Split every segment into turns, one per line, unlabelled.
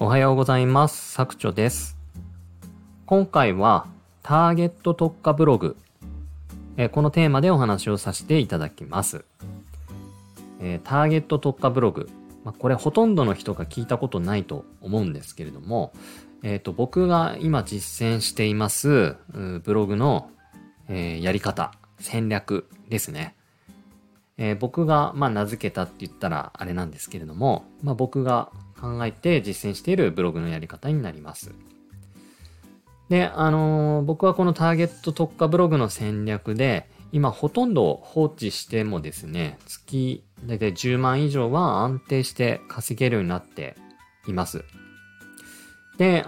おはようございます。作長です。今回はターゲット特化ブログ、このテーマでお話をさせていただきます。ターゲット特化ブログ、これほとんどの人が聞いたことないと思うんですけれども、僕が今実践していますブログの、やり方、戦略ですね。僕が名付けたって言ったらあれなんですけれども、僕が考えて実践しているブログのやり方になります。で、僕はこのターゲット特化ブログの戦略で今ほとんど放置してもですね、月だいたい10万以上は安定して稼げるようになっています。で、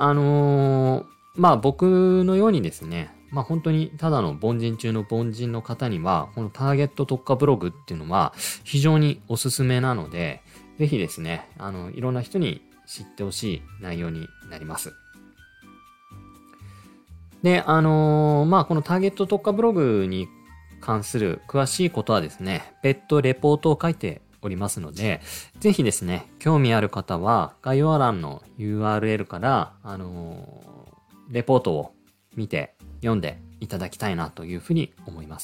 僕のようにですね、本当にただの凡人中の凡人の方には、このターゲット特化ブログっていうのは非常におすすめなので、ぜひですね、いろんな人に知ってほしい内容になります。で、このターゲット特化ブログに関する詳しいことはですね、別途レポートを書いておりますので、ぜひですね、興味ある方は概要欄の URL から、レポートを見て読んでいただきたいなというふうに思います。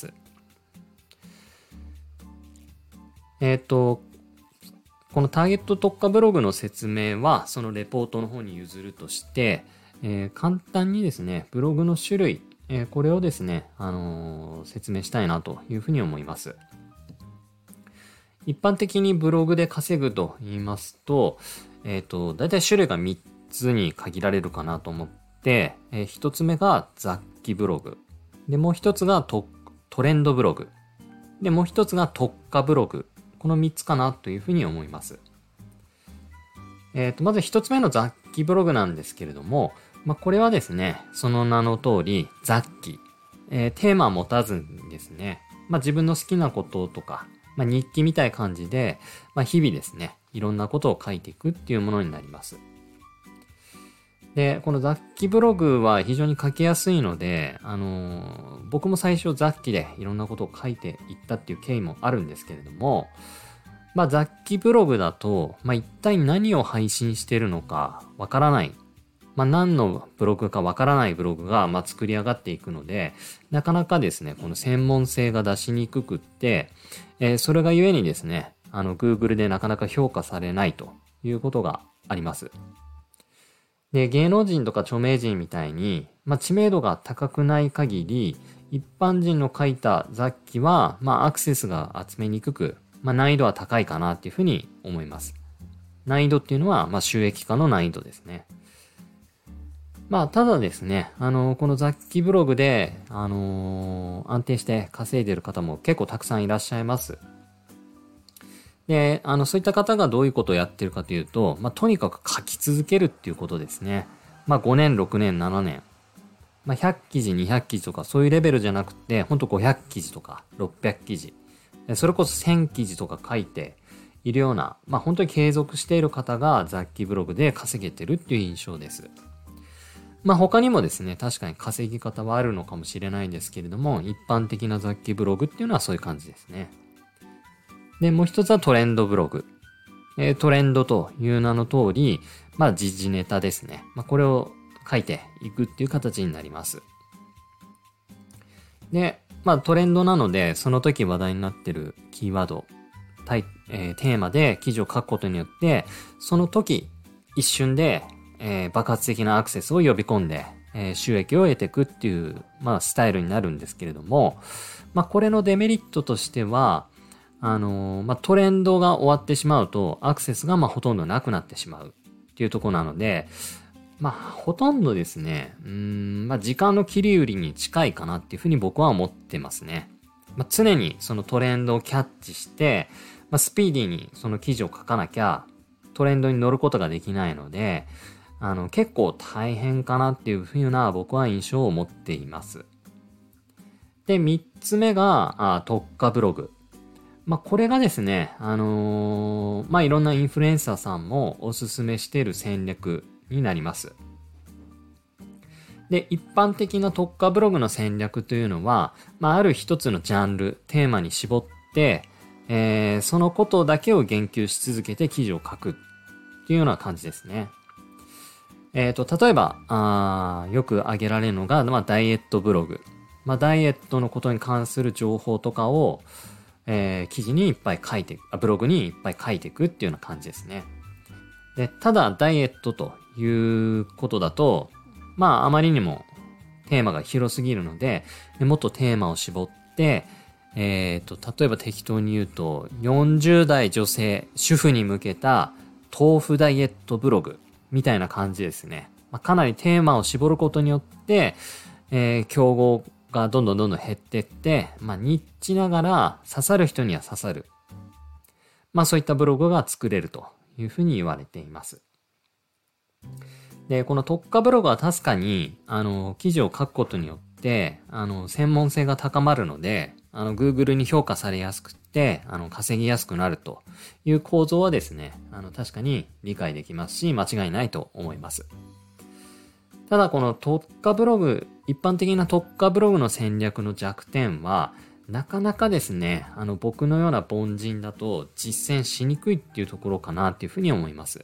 このターゲット特化ブログの説明はそのレポートの方に譲るとして、簡単にですね、ブログの種類、これをですね、説明したいなというふうに思います。一般的にブログで稼ぐと言いますと、だいたい種類が3つに限られるかなと思って、1つ目が雑記ブログ。で、もう1つがトレンドブログ。で、もう1つが特化ブログ。この3つかなというふうに思います。まず1つ目の雑記ブログなんですけれども、これはですね、その名の通り雑記。テーマを持たずにですね、自分の好きなこととか、日記みたいな感じで、日々ですね、いろんなことを書いていくっていうものになります。で、この雑記ブログは非常に書きやすいので、僕も最初雑記でいろんなことを書いていったっていう経緯もあるんですけれども、雑記ブログだと、一体何を配信しているのかわからない。何のブログかわからないブログが、作り上がっていくので、なかなかですね、この専門性が出しにくくって、それがゆえにですね、Google でなかなか評価されないということがあります。で、芸能人とか著名人みたいに、知名度が高くない限り、一般人の書いた雑記は、アクセスが集めにくく、難易度は高いかなっていうふうに思います。難易度っていうのは、収益化の難易度ですね。ただですね、この雑記ブログで、安定して稼いでいる方も結構たくさんいらっしゃいます。で、そういった方がどういうことをやってるかというと、とにかく書き続けるっていうことですね。5年、6年、7年。100記事、200記事とかそういうレベルじゃなくて、ほんと500記事とか600記事。それこそ1000記事とか書いているような、本当に継続している方が雑記ブログで稼げてるっていう印象です。他にもですね、確かに稼ぎ方はあるのかもしれないんですけれども、一般的な雑記ブログっていうのはそういう感じですね。で、もう一つはトレンドブログ。トレンドという名の通り、時事ネタですね。これを書いていくっていう形になります。で、トレンドなので、その時話題になっているキーワード、テーマで記事を書くことによって、その時、一瞬で、爆発的なアクセスを呼び込んで、収益を得ていくっていう、スタイルになるんですけれども、これのデメリットとしては、トレンドが終わってしまうと、アクセスがほとんどなくなってしまうっていうところなので、ほとんどですね、時間の切り売りに近いかなっていうふうに僕は思ってますね。常にそのトレンドをキャッチして、スピーディーにその記事を書かなきゃ、トレンドに乗ることができないので、結構大変かなっていうふうな僕は印象を持っています。で、3つ目が特化ブログ。これがですね、いろんなインフルエンサーさんもおすすめしている戦略になります。で、一般的な特化ブログの戦略というのは、ある一つのジャンル、テーマに絞って、そのことだけを言及し続けて記事を書くっていうような感じですね。 例えば、よく挙げられるのが、ダイエットブログ。ダイエットのことに関する情報とかを、記事にいっぱい書いて、ブログにいっぱい書いていくっていうような感じですね。で、ただダイエットということだと、あまりにもテーマが広すぎるので、もっとテーマを絞って、例えば適当に言うと、40代女性主婦に向けた豆腐ダイエットブログみたいな感じですね。かなりテーマを絞ることによって、競合がどんどん減ってって、ニッチながら刺さる人には刺さる。そういったブログが作れるというふうに言われています。で、この特化ブログは確かに、記事を書くことによって、専門性が高まるので、Google に評価されやすくって、稼ぎやすくなるという構造はですね、確かに理解できますし、間違いないと思います。ただこの特化ブログ、一般的な特化ブログの戦略の弱点は、なかなかですね、僕のような凡人だと実践しにくいっていうところかなっていうふうに思います。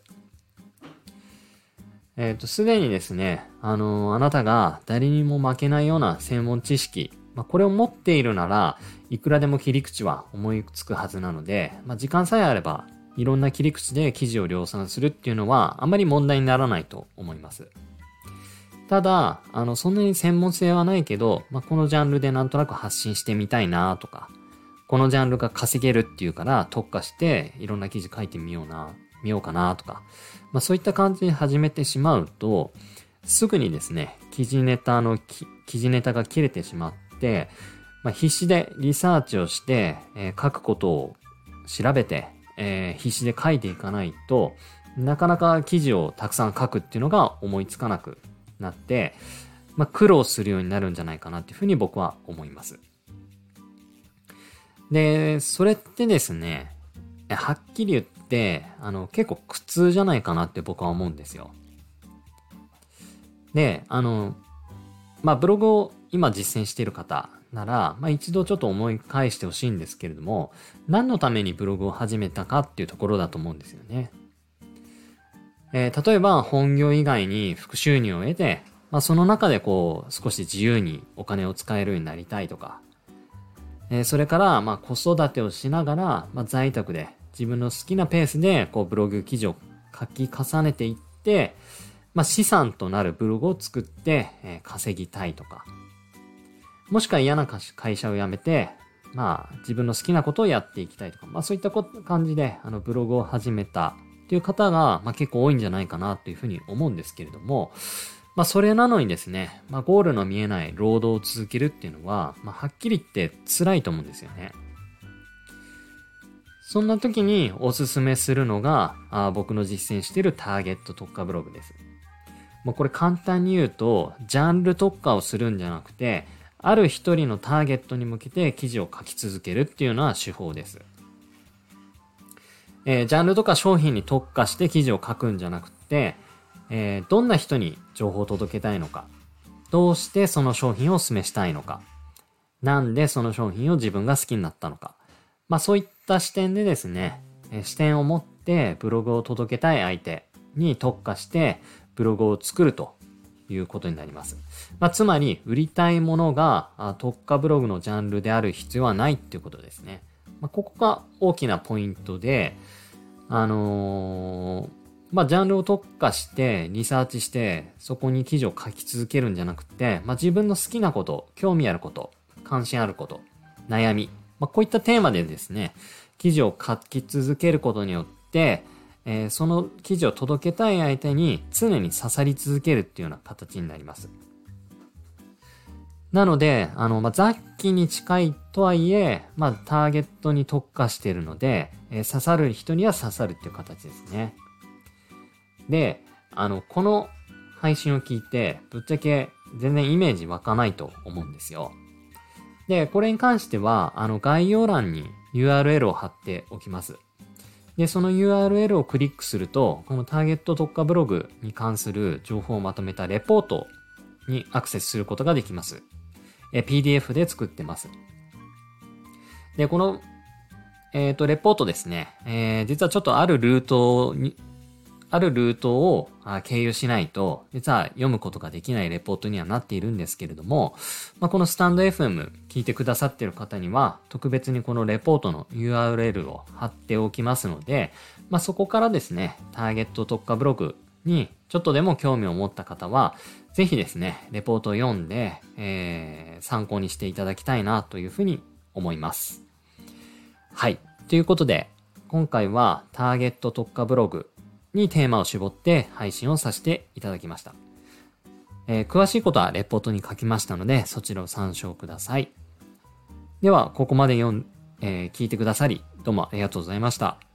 すでにですね、あなたが誰にも負けないような専門知識、これを持っているならいくらでも切り口は思いつくはずなので、時間さえあればいろんな切り口で記事を量産するっていうのはあまり問題にならないと思います。ただ、そんなに専門性はないけど、このジャンルでなんとなく発信してみたいなとか、このジャンルが稼げるっていうから特化していろんな記事書いてみようかなとか、そういった感じで始めてしまうと、すぐにですね、記事ネタが切れてしまって、必死でリサーチをして、書くことを調べて、必死で書いていかないと、なかなか記事をたくさん書くっていうのが思いつかなくなって、苦労するようになるんじゃないかなっていうふうに僕は思います。で、それってですね、はっきり言って、結構苦痛じゃないかなって僕は思うんですよ。で、ブログを今実践している方なら、一度ちょっと思い返してほしいんですけれども、何のためにブログを始めたかっていうところだと思うんですよね。例えば本業以外に副収入を得て、その中で少し自由にお金を使えるようになりたいとか、それから子育てをしながら、在宅で自分の好きなペースでブログ記事を書き重ねていって、資産となるブログを作って、稼ぎたいとか、もしくは嫌な会社を辞めて、自分の好きなことをやっていきたいとか、そういった感じでブログを始めたという方が、結構多いんじゃないかなというふうに思うんですけれども、それなのにですね、ゴールの見えない労働を続けるっていうのは、はっきり言って辛いと思うんですよね。そんな時におすすめするのが、僕の実践しているターゲット特化ブログです。これ簡単に言うと、ジャンル特化をするんじゃなくて、ある一人のターゲットに向けて記事を書き続けるっていうのは手法です。ジャンルとか商品に特化して記事を書くんじゃなくて、どんな人に情報を届けたいのか、どうしてその商品をお勧めしたいのか、なんでその商品を自分が好きになったのか、そういった視点でですね、視点を持ってブログを届けたい相手に特化してブログを作るということになります。つまり売りたいものが特化ブログのジャンルである必要はないっていうことですね。ここが大きなポイントで、ジャンルを特化してリサーチしてそこに記事を書き続けるんじゃなくて、自分の好きなこと、興味あること、関心あること、悩み、こういったテーマでですね、記事を書き続けることによって、その記事を届けたい相手に常に刺さり続けるっていうような形になります。なので、雑記に近いとはいえ、ターゲットに特化しているので、刺さる人には刺さるっていう形ですね。で、この配信を聞いて、ぶっちゃけ全然イメージ湧かないと思うんですよ。で、これに関しては、概要欄に URL を貼っておきます。で、その URL をクリックすると、このターゲット特化ブログに関する情報をまとめたレポートにアクセスすることができます。PDF で作ってます。で、この、レポートですね、実はちょっとあるルートあるルートを経由しないと、実は読むことができないレポートにはなっているんですけれども、このスタンド FM 聞いてくださっている方には、特別にこのレポートの URL を貼っておきますので、そこからですね、ターゲット特化ブログにちょっとでも興味を持った方は、ぜひですね、レポートを読んで、参考にしていただきたいなというふうに思います。はい。ということで、今回はターゲット特化ブログにテーマを絞って配信をさせていただきました。詳しいことはレポートに書きましたので、そちらを参照ください。では、ここまで聞いてくださり、どうもありがとうございました。